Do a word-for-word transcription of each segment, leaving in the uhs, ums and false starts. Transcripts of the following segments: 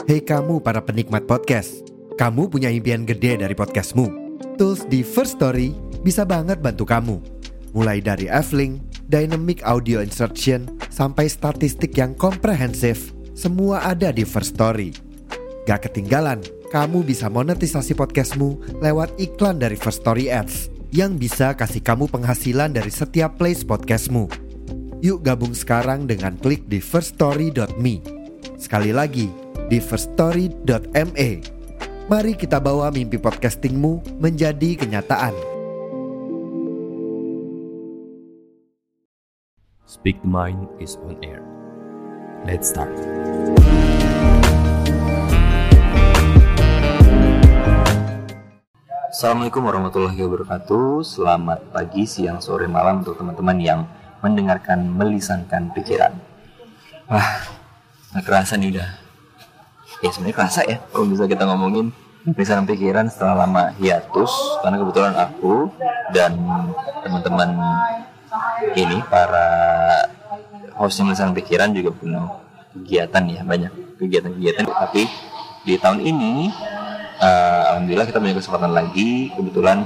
Hei kamu para penikmat podcast, kamu punya impian gede dari podcastmu. Tools di First Story bisa banget bantu kamu. Mulai dari F-Link, Dynamic Audio Insertion, sampai statistik yang komprehensif, semua ada di First Story. Gak ketinggalan, kamu bisa monetisasi podcastmu lewat iklan dari First Story Ads yang bisa kasih kamu penghasilan dari setiap plays podcastmu. Yuk gabung sekarang dengan klik di first story dot me. Sekali lagi, di first story dot me. Mari kita bawa mimpi podcastingmu menjadi kenyataan. Speak the Mind is on air. Let's start. Assalamualaikum warahmatullahi wabarakatuh. Selamat pagi, siang, sore, malam untuk teman-teman yang mendengarkan melisankan pikiran. Wah, nggak kerasa nih udah. Ya sebenarnya kerasa ya kalau bisa kita ngomongin melisankan pikiran setelah lama hiatus, karena kebetulan aku dan teman-teman ini para host melisankan pikiran juga punya kegiatan ya, banyak kegiatan-kegiatan. Tapi di tahun ini uh, alhamdulillah kita punya kesempatan lagi. Kebetulan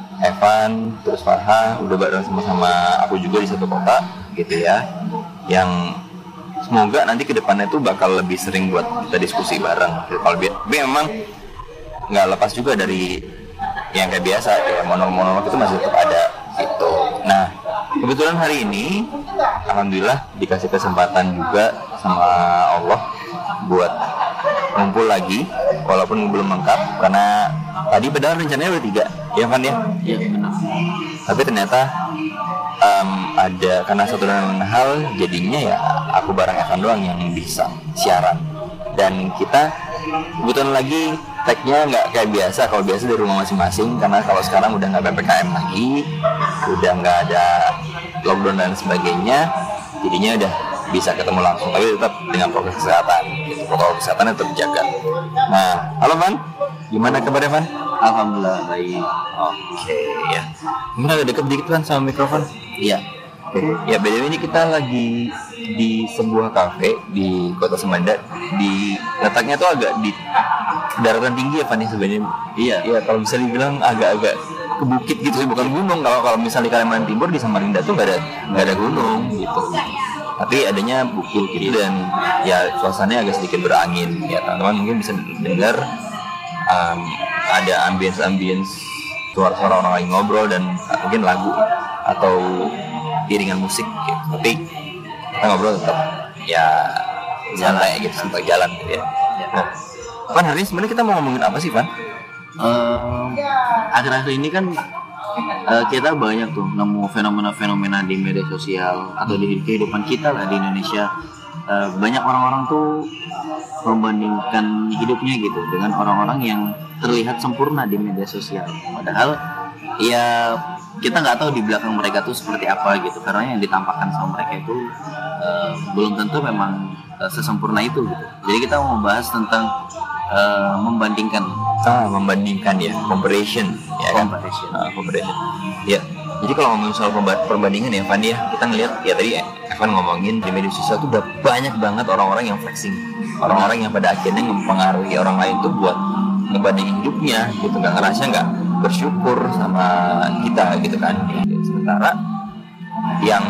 Evan terus Farha udah bareng sama-sama aku juga di satu kota gitu ya, yang semoga nanti kedepannya tuh bakal lebih sering buat kita diskusi bareng. Kalau bi- memang nggak lepas juga dari yang kayak biasa ya, monolog-monolog itu masih tetap ada gitu. Nah kebetulan hari ini alhamdulillah dikasih kesempatan juga sama Allah buat ngumpul lagi, walaupun belum lengkap karena tadi padahal rencananya udah tiga, ya kan ya? Iya benar. Tapi ternyata um, ada karena satu dan lain hal jadinya ya aku bareng Evan doang yang bisa siaran. Dan kita kebetulan lagi tag-nya nggak kayak biasa. Kalau biasa di rumah masing-masing, karena kalau sekarang udah nggak P P K M lagi, udah nggak ada lockdown dan sebagainya, jadinya udah bisa ketemu langsung, tapi tetap dengan protokol kesehatan. Gitu. Protokol kesehatan tetap dijaga. Nah, halo Van, gimana kabarnya Van? Alhamdulillah baik. Oke ya. Gimana, agak deket dikit kan sama mikrofon? Iya. Oke. Ya, B D W ini kita lagi di sebuah kafe di Kota Semadan. Di letaknya tuh agak di daratan tinggi ya Van sebenarnya. Iya. Iya, kalau bisa dibilang agak-agak ke bukit gitu sih, bukan gunung. Kalau kalau misalnya di Kalimantan Timur di Samarinda tuh nggak ada nggak ada gunung gitu. Tapi adanya bukit gitu dan ya suasananya agak sedikit berangin. Ya teman-teman mungkin bisa dengar um, ada ambience-ambience suara-suara orang lagi ngobrol dan mungkin lagu atau iringan musik gitu. Tapi kita ngobrol tetap ya santai gitu, santai jalan gitu ya. Nah, Van, hari ini sebenarnya kita mau ngomongin apa sih, Van? Um, akhir-akhir ini kan uh, kita banyak tuh nemu fenomena-fenomena di media sosial atau di kehidupan kita lah di Indonesia. Uh, banyak orang-orang tuh membandingkan hidupnya gitu dengan orang-orang yang terlihat sempurna di media sosial. Padahal ya kita nggak tahu di belakang mereka tuh seperti apa gitu, karena yang ditampakkan sama mereka itu uh, belum tentu memang uh, sesempurna itu gitu. Jadi kita mau membahas tentang uh, membandingkan. Ah, membandingkan ya, comparison ya kan? Comparison. Ah, comparison. Ya. Jadi kalau ngomongin soal perbandingan ya, Van ya, kita ngelihat ya tadi Evan ngomongin di media sosial tuh udah banyak banget orang-orang yang flexing, orang-orang yang pada akhirnya mempengaruhi orang lain tuh buat ngebandingin hidupnya gitu, nggak ngerasa nggak bersyukur sama kita gitu kan. Sementara yang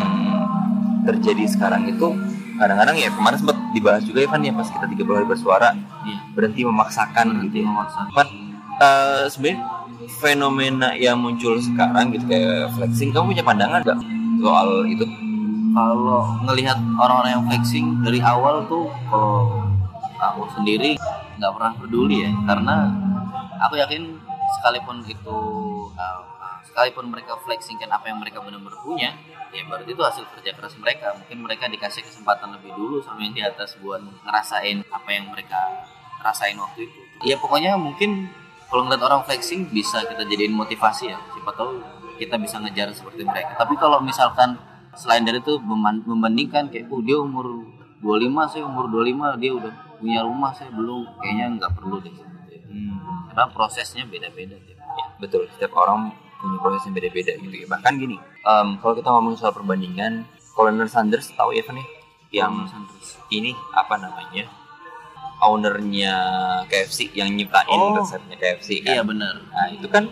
terjadi sekarang itu kadang-kadang ya kemarin sempat dibahas juga Evan ya pas kita tiga puluh hari bersuara, ya, berhenti memaksakan berhenti gitu ya. Memaksakan. Uh, sebenarnya fenomena yang muncul sekarang gitu kayak flexing, kamu punya pandangan nggak soal itu? Kalau ngelihat orang-orang yang flexing dari awal tuh, kalau aku sendiri nggak pernah peduli ya, karena aku yakin sekalipun itu uh, sekalipun mereka flexingkan apa yang mereka benar-benar punya, ya berarti itu hasil kerja keras mereka. Mungkin mereka dikasih kesempatan lebih dulu sama yang di atas buat ngerasain apa yang mereka rasain waktu itu. Ya pokoknya mungkin kalau ngeliat orang flexing bisa kita jadiin motivasi ya, siapa tahu kita bisa ngejar seperti mereka. Tapi kalau misalkan selain dari itu membandingkan kayak oh dia umur dua puluh lima, saya umur dua puluh lima, dia udah punya rumah, saya belum, kayaknya nggak perlu deh. Hmm. Karena prosesnya beda-beda ya. Ya, betul, setiap orang punya proses yang beda-beda gitu ya. Bahkan gini, um, kalau kita ngomongin soal perbandingan, Colonel Sanders tahu ya kan ya, yang Sanders ini apa namanya ownernya K F C yang nyiptain Oh. resepnya K F C kan. Iya benar. Nah itu kan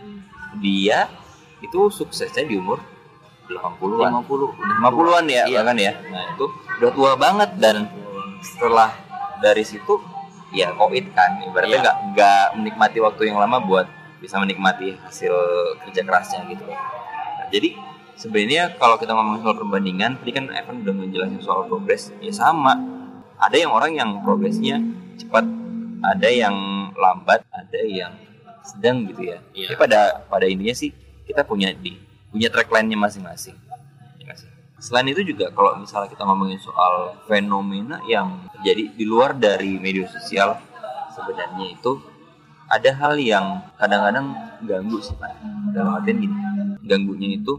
dia itu suksesnya di umur delapan puluhan. lima puluh lima puluhan ya Iya. bahkan ya. Nah itu udah tua banget dan setelah dari situ ya koit kan. Ibaratnya Iya. nggak nggak menikmati waktu yang lama buat bisa menikmati hasil kerja kerasnya gitu. Nah, jadi sebenarnya kalau kita ngomong soal perbandingan, tadi kan Evan udah ngejelasin soal progres, ya sama. Ada yang orang yang progresnya cepat, ada yang lambat, ada yang sedang gitu ya. Iya. Tapi pada pada intinya sih kita punya di punya track line-nya masing-masing. Ya nggak sih? Selain itu juga kalau misalnya kita ngomongin soal fenomena yang terjadi di luar dari media sosial, sebenarnya itu ada hal yang kadang-kadang ganggu sih Pak. Dalam artian gini, ganggunya itu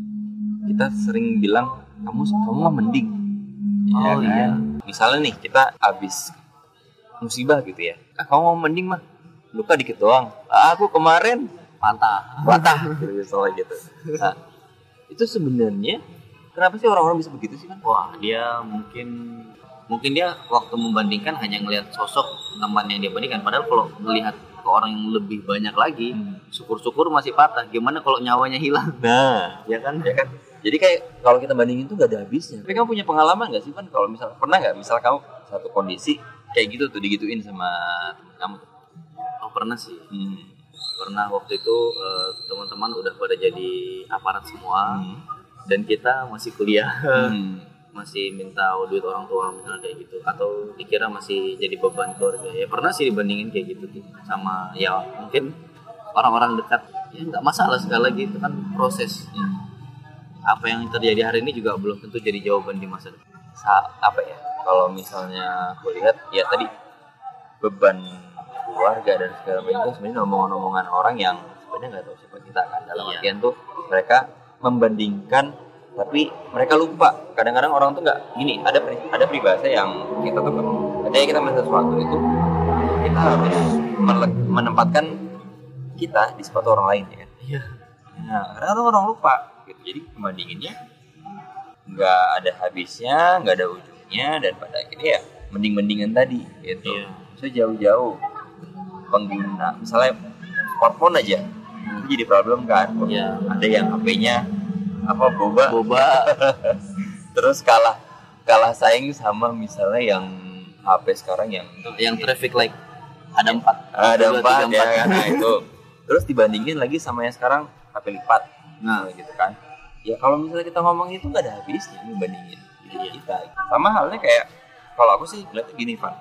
kita sering bilang kamu kamu mah mending. Ya Oh, kan? iya. Misalnya nih kita habis musibah gitu ya. Ah, kamu mau mending mah luka dikit doang. Ah, aku kemarin Patah. patah gitu misalnya gitu. Nah, itu sebenarnya kenapa sih orang-orang bisa begitu sih kan? Wah, dia mungkin mungkin dia waktu membandingkan hanya ngelihat sosok teman yang dia bandingkan. Padahal kalau melihat ke orang yang lebih banyak lagi, Hmm. syukur-syukur masih patah. Gimana kalau nyawanya hilang? Nah, Ya kan? ya kan? Jadi kayak kalau kita bandingin tuh gak ada habisnya. Tapi kamu punya pengalaman gak sih Van? Kalau misal pernah nggak? Misal kamu satu kondisi kayak gitu tuh digituin sama teman kamu. Oh, pernah sih. Hmm. Pernah waktu itu eh, teman-teman udah pada jadi aparat semua Hmm. dan kita masih kuliah. Hmm. Masih minta duit orang tua misalnya kayak gitu, atau dikira masih jadi beban keluarga. Ya pernah sih dibandingin kayak gitu tuh sama ya mungkin orang-orang dekat. Ya nggak masalah, sekali lagi itu kan proses. Ya. Apa yang terjadi hari ini juga belum tentu jadi jawaban di masa depan. Sa- apa ya? Kalau misalnya aku lihat ya tadi beban keluarga dan segala macam itu sebenarnya omongan-omongan orang yang sebenarnya nggak tahu siapa kita kan. Dalam Iya. artian tuh mereka membandingkan tapi mereka lupa. Kadang-kadang orang tuh nggak gini, ada pri- ada peribahasa yang kita tuh ketika kita melihat sesuatu itu kita harus mele- menempatkan kita di sepatu orang lain ya kan. Iya. Nah, kadang-kadang orang lupa gitu. Jadi membandinginnya nggak ada habisnya, nggak ada ujungnya, dan pada akhirnya ya mending-mendingan tadi gitu. Iya. So jauh-jauh pengguna, misalnya smartphone aja itu jadi problem kan. Iya. Ada yang H P-nya apa boba, Boba. terus kalah kalah saing sama misalnya yang H P sekarang yang Yang traffic light ada empat. ada Dua, empat tiga, ya kan. Nah, itu terus dibandingin lagi sama yang sekarang H P lipat, nah gitu kan. Ya kalau misalnya kita ngomong itu nggak ada habisnya membandingin diri Iya. kita. Sama halnya kayak kalau aku sih ngeliatnya gini Van,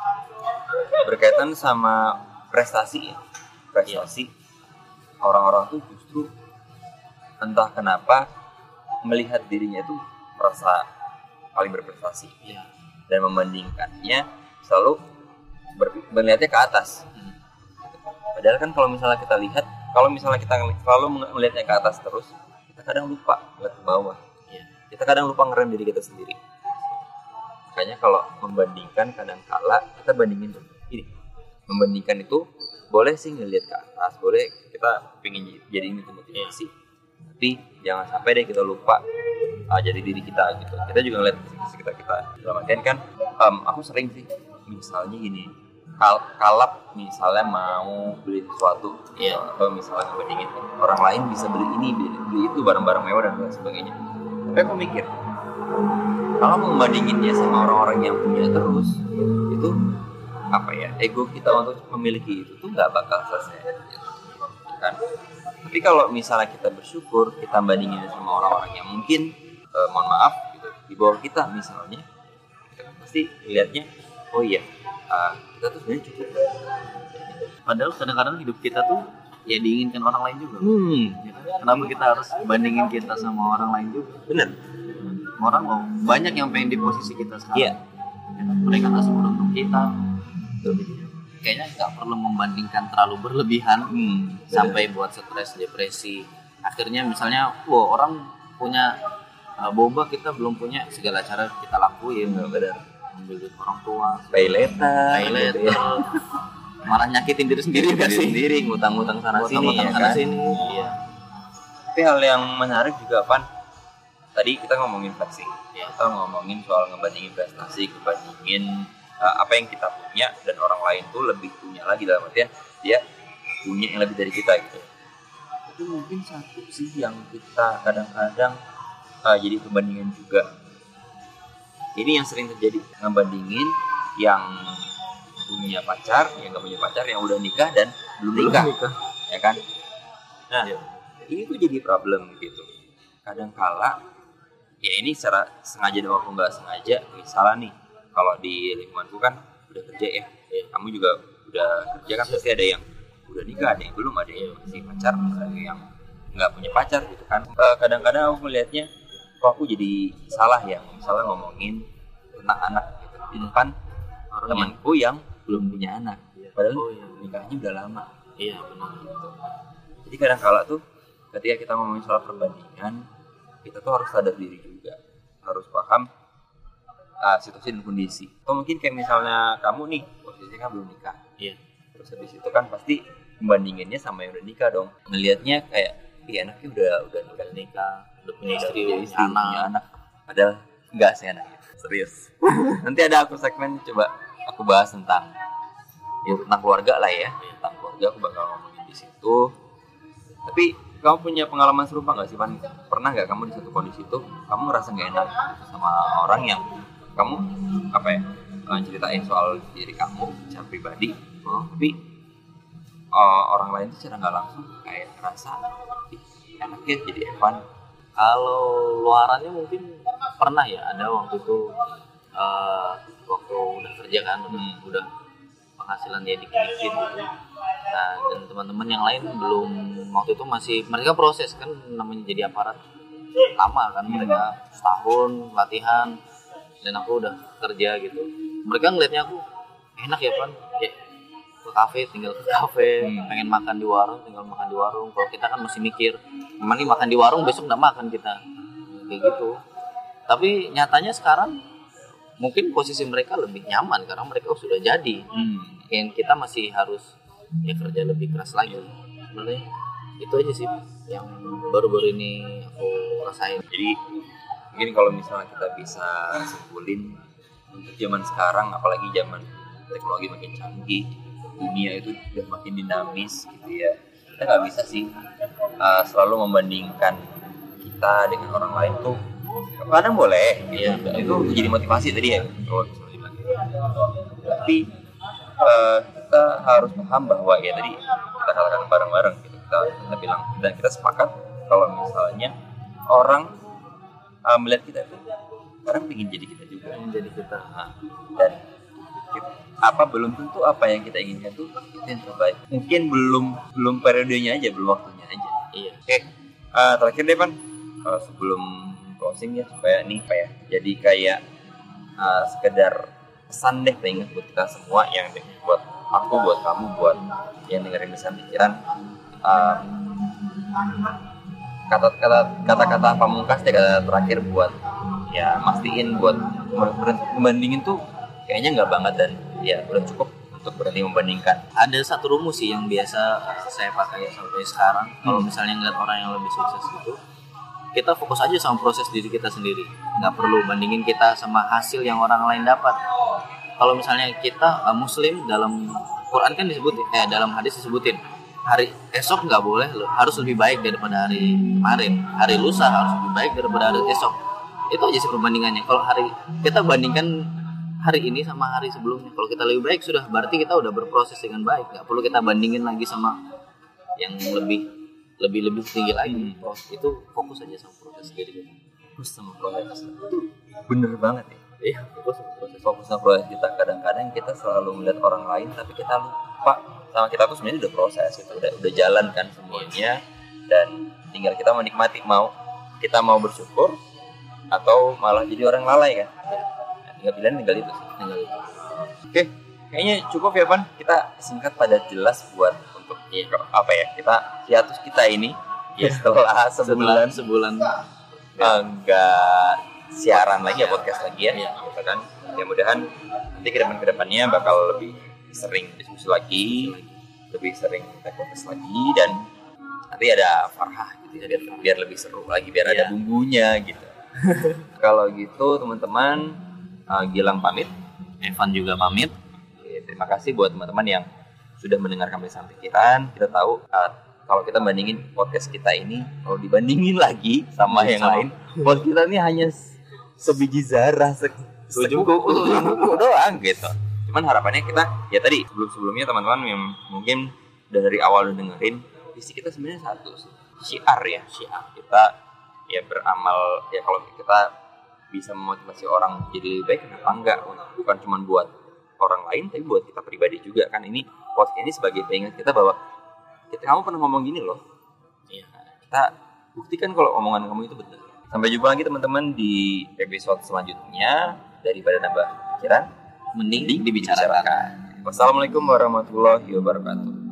berkaitan sama prestasi ya, prestasi orang-orang tuh justru entah kenapa melihat dirinya itu merasa paling berprestasi Iya. dan membandingkannya selalu ber- melihatnya ke atas. Hmm. Padahal kan kalau misalnya kita lihat, kalau misalnya kita ngel- selalu meng- melihatnya ke atas terus, kita kadang lupa melihat ke bawah. Iya. Kita kadang lupa ngerem diri kita sendiri. Makanya kalau membandingkan kadang kala kita bandingin tuh. Gini, membandingkan itu boleh sih ngelihat ke atas, boleh kita pengen j- jadi ini tuh motivasi. Tapi jangan sampai deh kita lupa uh, jadi diri kita gitu. Kita juga ngeliat di sekitar kita. Dalam artian kan, um, aku sering sih, misalnya gini, kal kalap misalnya mau beli sesuatu, Iya. atau misalnya ngebandingin orang lain bisa beli ini, beli, beli itu, barang-barang mewah dan lain sebagainya. Tapi aku mikir, kalau membandinginnya sama orang-orang yang punya terus, itu apa ya, ego kita untuk memiliki itu tuh nggak bakal selesai gitu, kan. Tapi kalau misalnya kita bersyukur, kita bandingin sama orang-orang yang mungkin eh, mohon maaf gitu, di bawah kita misalnya, kita pasti lihatnya, oh iya, uh, kita tuh sebenarnya cukup. Padahal kadang-kadang hidup kita tuh ya diinginkan orang lain juga. Hmm, Ya kan? Kenapa kita harus bandingin kita sama orang lain juga? bener. Orang mau banyak yang pengen di posisi kita sekarang. Iya. Ya kan? Mereka nggak seberuntung kita. Kayaknya nggak perlu membandingkan terlalu berlebihan Hmm, sampai buat stres, depresi. Akhirnya misalnya, wow orang punya uh, boba, kita belum punya, segala cara kita lakuin. bener. Ambil duit orang tua, Pay later, pay later, gitu ya. malah nyakitin diri sendiri nggak Diri sih? sendiri, ngutang-ngutang sana sini Ngutang-ngutang ya sana kan. sini. Iya. Tapi hal yang menarik juga Pan, tadi kita ngomongin flexing, Iya. kita ngomongin soal ngebandingin prestasi, ngebandingin uh, apa yang kita punya dan orang lain tuh lebih punya lagi, dalam artian dia punya yang lebih dari kita gitu. Itu mungkin satu sih yang kita kadang-kadang uh, jadi perbandingan juga. Ini yang sering terjadi, ngebandingin yang punya pacar, yang nggak punya pacar, yang udah nikah dan belum nikah, nikah. Ya kan? Nah, ya. Ini tuh jadi problem gitu. Kadang-kala, ya ini secara sengaja dan maupun nggak sengaja, misalnya nih, kalau di lingkunganku kan udah kerja ya, ya. Kamu juga udah kerja kan, pasti ada yang udah nikah, ada yang belum, ada yang masih pacar, ada yang nggak punya pacar gitu kan. Uh, kadang-kadang aku melihatnya, kok aku jadi salah ya, misalnya ngomongin tentang anak gitu di depan orang temanku yang belum punya anak, padahal oh, iya. nikahnya udah lama. Iya benar gitu. Jadi kadang-kala tuh ketika kita ngomongin soal perbandingan, kita tuh harus sadar diri juga, harus paham uh, situasi dan kondisi. Atau mungkin kayak misalnya kamu nih posisinya kan belum nikah, iya. Terus habis itu kan pasti membandinginnya sama yang udah nikah dong. Ngelihatnya kayak, iya anaknya udah udah nikah nikah, udah punya istri, udah istri anak. Punya anak. Padahal enggak sih anaknya. Serius. Nanti ada aku segmen coba aku bahas tentang ya tentang keluarga lah ya. Tentang keluarga aku bakal ngomongin di situ. Tapi kamu punya pengalaman serupa nggak sih, Pan? Pernah nggak kamu di satu kondisi itu kamu ngerasa nggak enak sama orang yang kamu apa ya ceritain soal diri kamu secara pribadi, oh, tapi uh, orang lain tuh secara nggak langsung kayak ngerasa enaknya jadi Evan. Kalau luarannya mungkin pernah ya, ada waktu itu uh, waktu udah kerja kan, udah, hmm. udah penghasilan ya dikit-dikit gitu. Nah, dan teman-teman yang lain belum, waktu itu masih mereka proses kan, namanya jadi aparat lama kan, mereka setahun latihan dan aku udah kerja gitu. Mereka ngeliatnya aku enak ya Pan, ya ke kafe tinggal ke kafe, hmm. pengen makan di warung tinggal makan di warung. Kalau kita kan masih mikir, memang nih makan di warung besok nggak makan kita, kayak gitu. Tapi nyatanya sekarang mungkin posisi mereka lebih nyaman karena mereka sudah jadi. Hmm. Yang kita masih harus ya kerja lebih keras lagi. Sebenarnya itu aja sih yang baru-baru ini aku rasain. Jadi mungkin kalau misalnya kita bisa simpulin untuk zaman sekarang, apalagi zaman teknologi makin canggih, dunia itu udah makin dinamis gitu ya, kita nggak bisa sih uh, selalu membandingkan kita dengan orang lain tuh. Kadang boleh gitu, ya, itu jadi motivasi tadi ya kalau misalnya bilang. Tapi uh, kita harus paham bahwa ya tadi kita katakan bareng-bareng gitu, kita, kita bilang dan kita sepakat kalau misalnya orang uh, melihat kita itu orang ingin jadi kita juga, ingin jadi kita, nah, dan kita, apa belum tentu apa yang kita inginkan tuh itu yang terbaik. Mungkin belum belum periodenya aja, belum waktunya aja. Iya. Oke, okay. uh, terakhir deh Pan, uh, sebelum closing ya, supaya nih apa ya, jadi kayak uh, sekedar pesan deh pengen buat kita semua, yang buat aku, buat kamu, buat yang dengerin Lisan Pikiran, uh, kata-kata kata-kata pamungkas deh, kata terakhir buat ya mastiin buat membandingin tuh kayaknya nggak banget dan ya udah cukup untuk berhenti membandingkan. Ada satu rumus sih yang biasa saya pakai sampai sekarang. Hmm. Kalau misalnya ngeliat orang yang lebih sukses gitu, kita fokus aja sama proses diri kita sendiri, nggak perlu bandingin kita sama hasil yang orang lain dapat. Kalau misalnya kita uh, Muslim, dalam Quran kan disebutin, eh dalam hadis disebutin hari esok nggak boleh, harus lebih baik daripada hari kemarin. Hari lusa harus lebih baik daripada hari esok. Itu aja sih perbandingannya. Kalau hari kita bandingkan hari ini sama hari sebelumnya, kalau kita lebih baik sudah berarti kita udah berproses dengan baik. Nggak perlu kita bandingin lagi sama yang lebih lebih lebih tinggi lagi. Hmm. Itu fokus aja sama proses diri kita. Fokus sama proses itu bener banget ya. Iya, fokus sama proses. Fokus sama proses kita. Kadang-kadang kita selalu melihat orang lain, tapi kita lupa sama kita tuh sebenarnya udah proses, itu udah udah jalan kan semuanya, dan tinggal kita menikmati, mau kita mau bersyukur atau malah jadi orang lalai kan. Ya, tinggal pilihan tinggal itu sih, tinggal itu. Oke, kayaknya cukup ya Pan. Kita singkat padat jelas buat untuk ya, apa ya, kita hiatus kita ini ya setelah sebulan sebulan enggak siaran lagi ya, podcast lagi ya, ya gitu kan. Mudah-mudahan nanti kedepan-kedepannya bakal lebih sering diskusi lagi, lebih sering take podcast lagi, dan nanti ada Farhah gitu ya, biar, biar lebih seru lagi, biar ya. Ada bumbunya gitu. Kalau gitu teman-teman, uh, Gilang pamit. Evan juga pamit. Oke, terima kasih buat teman-teman yang sudah mendengarkan Melisan Pikiran. Kita tahu uh, kalau kita bandingin podcast kita ini, kalau dibandingin lagi sama yang Sama. lain, podcast kita ini hanya sebiji zarah, se- Ujung sekuku, ujung kuku doang gitu. Cuman harapannya kita, ya tadi sebelum-sebelumnya teman-teman yang mungkin dari awal udah dengerin, visi kita sebenarnya satu sih, syiar ya, syiar kita ya beramal ya kalau kita bisa memotivasi orang jadi lebih baik kenapa enggak, bukan cuma buat orang lain tapi buat kita pribadi juga kan. Ini podcast ini sebagai pengingat kita bahwa kita kamu pernah ngomong gini loh, ya, kita buktikan kalau omongan kamu itu benar. Sampai jumpa lagi teman-teman di episode selanjutnya. Daripada nambah pikiran, Mending mending dibicarakan. dibicarakan. Wassalamualaikum warahmatullahi wabarakatuh.